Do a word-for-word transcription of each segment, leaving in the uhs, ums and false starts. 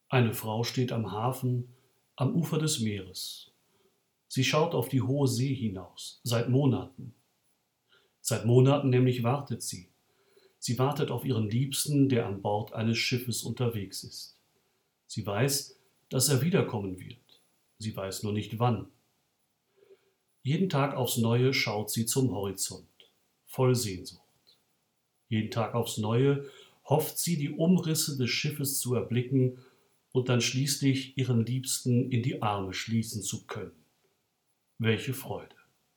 Eine Frau steht am Hafen, am Ufer des Meeres. Sie schaut auf die hohe See hinaus, seit Monaten. Seit Monaten nämlich wartet sie. Sie wartet auf ihren Liebsten, der an Bord eines Schiffes unterwegs ist. Sie weiß, dass er wiederkommen wird. Sie weiß nur nicht wann. Jeden Tag aufs Neue schaut sie zum Horizont, voll Sehnsucht. Jeden Tag aufs Neue hofft sie, die Umrisse des Schiffes zu erblicken und dann schließlich ihren Liebsten in die Arme schließen zu können. Welche Freude!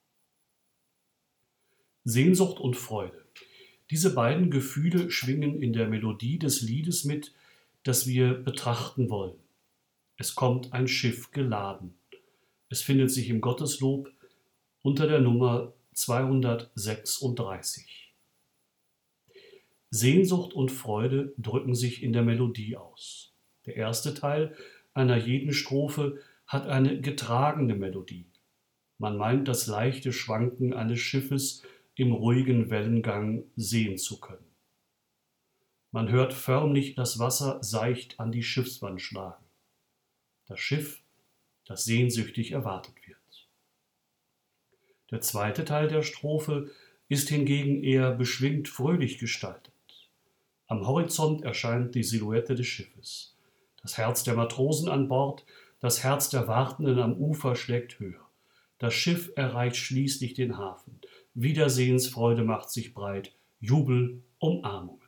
Sehnsucht und Freude. Diese beiden Gefühle schwingen in der Melodie des Liedes mit, das wir betrachten wollen. Es kommt ein Schiff geladen. Es findet sich im Gotteslob unter der Nummer zweihundertsechsunddreißig. Sehnsucht und Freude drücken sich in der Melodie aus. Der erste Teil einer jeden Strophe hat eine getragene Melodie. Man meint, das leichte Schwanken eines Schiffes im ruhigen Wellengang sehen zu können. Man hört förmlich das Wasser seicht an die Schiffswand schlagen. Das Schiff, das sehnsüchtig erwartet wird. Der zweite Teil der Strophe ist hingegen eher beschwingt fröhlich gestaltet. Am Horizont erscheint die Silhouette des Schiffes. Das Herz der Matrosen an Bord, das Herz der Wartenden am Ufer schlägt höher. Das Schiff erreicht schließlich den Hafen. Wiedersehensfreude macht sich breit, Jubel, Umarmungen.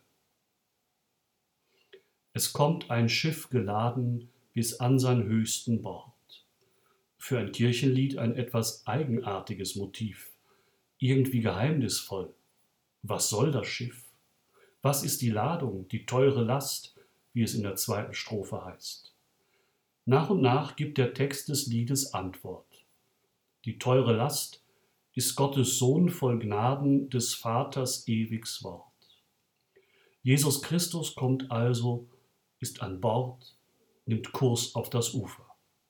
Es kommt ein Schiff geladen bis an sein höchsten Bord. Für ein Kirchenlied ein etwas eigenartiges Motiv, irgendwie geheimnisvoll. Was soll das Schiff? Was ist die Ladung, die teure Last, wie es in der zweiten Strophe heißt? Nach und nach gibt der Text des Liedes Antwort. Die teure Last ist Gottes Sohn voll Gnaden, des Vaters ewiges Wort. Jesus Christus kommt also, ist an Bord, nimmt Kurs auf das Ufer.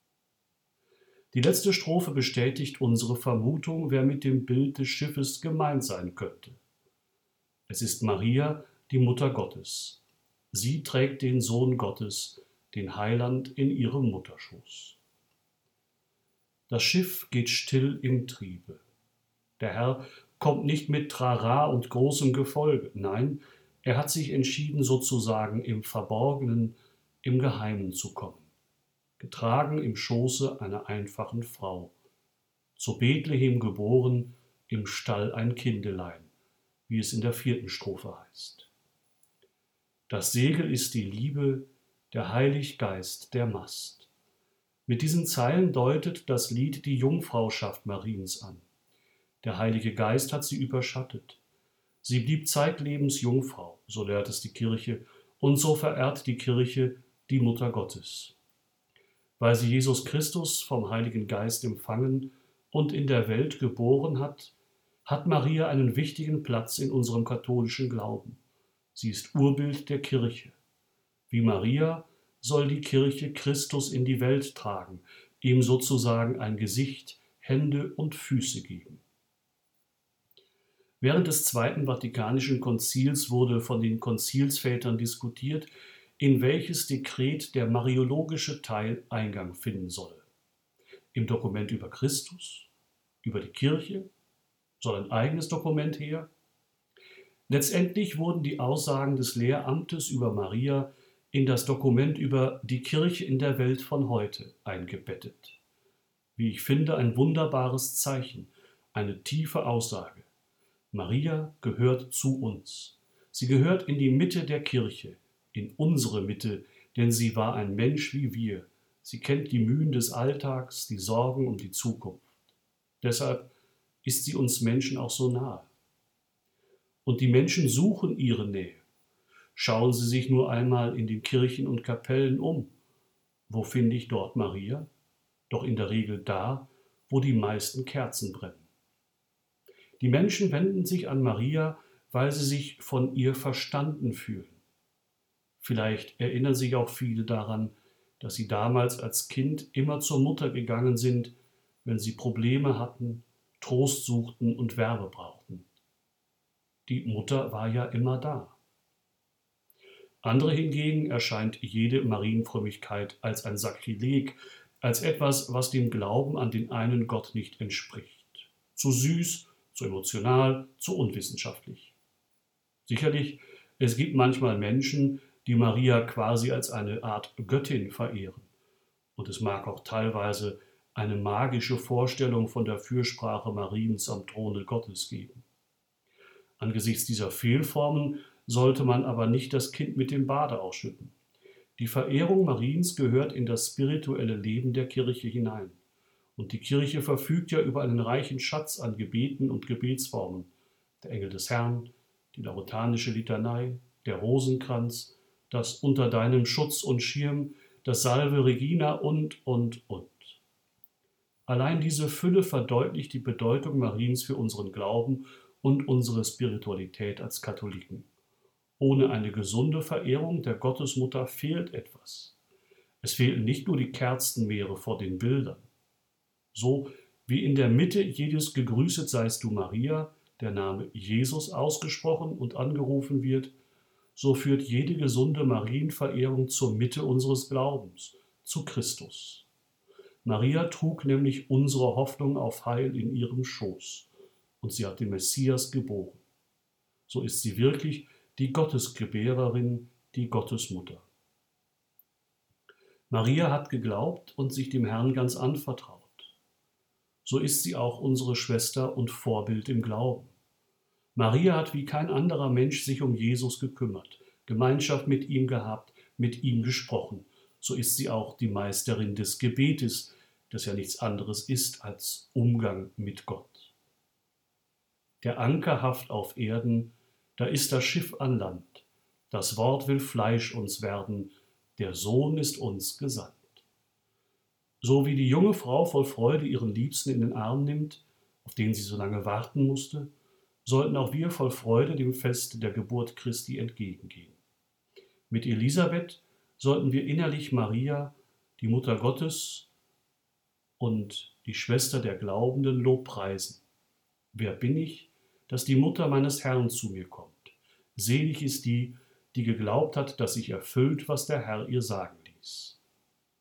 Die letzte Strophe bestätigt unsere Vermutung, wer mit dem Bild des Schiffes gemeint sein könnte. Es ist Maria, die Mutter Gottes. Sie trägt den Sohn Gottes, den Heiland, in ihrem Mutterschoß. Das Schiff geht still im Triebe. Der Herr kommt nicht mit Trara und großem Gefolge. Nein, er hat sich entschieden, sozusagen im Verborgenen, im Geheimen zu kommen. Getragen im Schoße einer einfachen Frau. Zu Bethlehem geboren, im Stall ein Kindelein, wie es in der vierten Strophe heißt. Das Segel ist die Liebe, der Heiliggeist der Mast. Mit diesen Zeilen deutet das Lied die Jungfrauschaft Mariens an. Der Heilige Geist hat sie überschattet. Sie blieb zeitlebens Jungfrau, so lehrt es die Kirche, und so verehrt die Kirche die Mutter Gottes. Weil sie Jesus Christus vom Heiligen Geist empfangen und in der Welt geboren hat, hat Maria einen wichtigen Platz in unserem katholischen Glauben. Sie ist Urbild der Kirche. Wie Maria soll die Kirche Christus in die Welt tragen, ihm sozusagen ein Gesicht, Hände und Füße geben. Während des Zweiten Vatikanischen Konzils wurde von den Konzilsvätern diskutiert, in welches Dekret der mariologische Teil Eingang finden soll. Im Dokument über Christus? Über die Kirche? Soll ein eigenes Dokument her? Letztendlich wurden die Aussagen des Lehramtes über Maria in das Dokument über die Kirche in der Welt von heute eingebettet. Wie ich finde, ein wunderbares Zeichen, eine tiefe Aussage. Maria gehört zu uns. Sie gehört in die Mitte der Kirche, in unsere Mitte, denn sie war ein Mensch wie wir. Sie kennt die Mühen des Alltags, die Sorgen um die Zukunft. Deshalb ist sie uns Menschen auch so nahe. Und die Menschen suchen ihre Nähe. Schauen Sie sich nur einmal in den Kirchen und Kapellen um. Wo finde ich dort Maria? Doch in der Regel da, wo die meisten Kerzen brennen. Die Menschen wenden sich an Maria, weil sie sich von ihr verstanden fühlen. Vielleicht erinnern sich auch viele daran, dass sie damals als Kind immer zur Mutter gegangen sind, wenn sie Probleme hatten, Trost suchten und Wärme brauchten. Die Mutter war ja immer da. Andere hingegen erscheint jede Marienfrömmigkeit als ein Sakrileg, als etwas, was dem Glauben an den einen Gott nicht entspricht. Zu süß, zu emotional, zu unwissenschaftlich. Sicherlich, es gibt manchmal Menschen, die Maria quasi als eine Art Göttin verehren. Und es mag auch teilweise eine magische Vorstellung von der Fürsprache Mariens am Throne Gottes geben. Angesichts dieser Fehlformen sollte man aber nicht das Kind mit dem Bade ausschütten. Die Verehrung Mariens gehört in das spirituelle Leben der Kirche hinein. Und die Kirche verfügt ja über einen reichen Schatz an Gebeten und Gebetsformen. Der Engel des Herrn, die lauretanische Litanei, der Rosenkranz, das Unter deinem Schutz und Schirm, das Salve Regina und, und, und. Allein diese Fülle verdeutlicht die Bedeutung Mariens für unseren Glauben und unsere Spiritualität als Katholiken. Ohne eine gesunde Verehrung der Gottesmutter fehlt etwas. Es fehlten nicht nur die Kerzenmeere vor den Bildern. So wie in der Mitte jedes Gegrüßet seist du Maria, der Name Jesus ausgesprochen und angerufen wird, so führt jede gesunde Marienverehrung zur Mitte unseres Glaubens, zu Christus. Maria trug nämlich unsere Hoffnung auf Heil in ihrem Schoß und sie hat den Messias geboren. So ist sie wirklich die Gottesgebärerin, die Gottesmutter. Maria hat geglaubt und sich dem Herrn ganz anvertraut. So ist sie auch unsere Schwester und Vorbild im Glauben. Maria hat wie kein anderer Mensch sich um Jesus gekümmert, Gemeinschaft mit ihm gehabt, mit ihm gesprochen. So ist sie auch die Meisterin des Gebetes, das ja nichts anderes ist als Umgang mit Gott. Der Anker hafft auf Erden, da ist das Schiff an Land. Das Wort will Fleisch uns werden, der Sohn ist uns gesandt. So wie die junge Frau voll Freude ihren Liebsten in den Arm nimmt, auf den sie so lange warten musste, sollten auch wir voll Freude dem Fest der Geburt Christi entgegengehen. Mit Elisabeth sollten wir innerlich Maria, die Mutter Gottes und die Schwester der Glaubenden, lobpreisen. Wer bin ich, dass die Mutter meines Herrn zu mir kommt? Selig ist die, die geglaubt hat, dass sich erfüllt, was der Herr ihr sagen ließ.